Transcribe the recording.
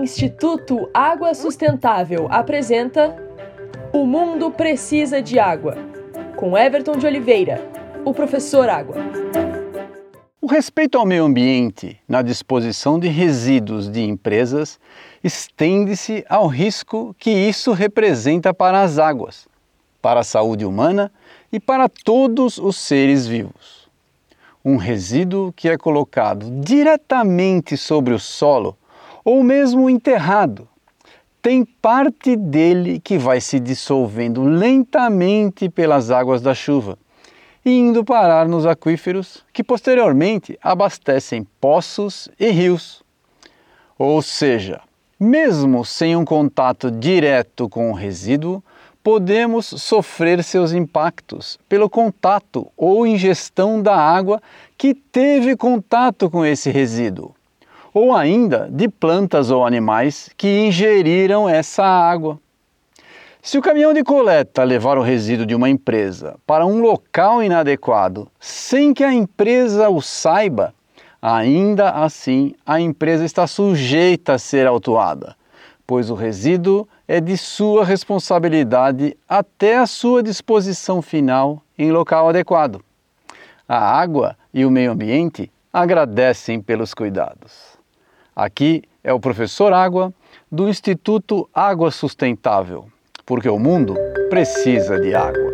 Instituto Água Sustentável apresenta O Mundo Precisa de Água, com Everton de Oliveira, o professor Água. O respeito ao meio ambiente na disposição de resíduos de empresas estende-se ao risco que isso representa para as águas, para a saúde humana e para todos os seres vivos. Um resíduo que é colocado diretamente sobre o solo ou mesmo enterrado, tem parte dele que vai se dissolvendo lentamente pelas águas da chuva e indo parar nos aquíferos que posteriormente abastecem poços e rios. Ou seja, mesmo sem um contato direto com o resíduo, podemos sofrer seus impactos pelo contato ou ingestão da água que teve contato com esse resíduo, ou ainda de plantas ou animais que ingeriram essa água. Se o caminhão de coleta levar o resíduo de uma empresa para um local inadequado, sem que a empresa o saiba, ainda assim a empresa está sujeita a ser autuada, pois o resíduo é de sua responsabilidade até a sua disposição final em local adequado. A água e o meio ambiente agradecem pelos cuidados. Aqui é o professor Água, do Instituto Água Sustentável, porque o mundo precisa de água.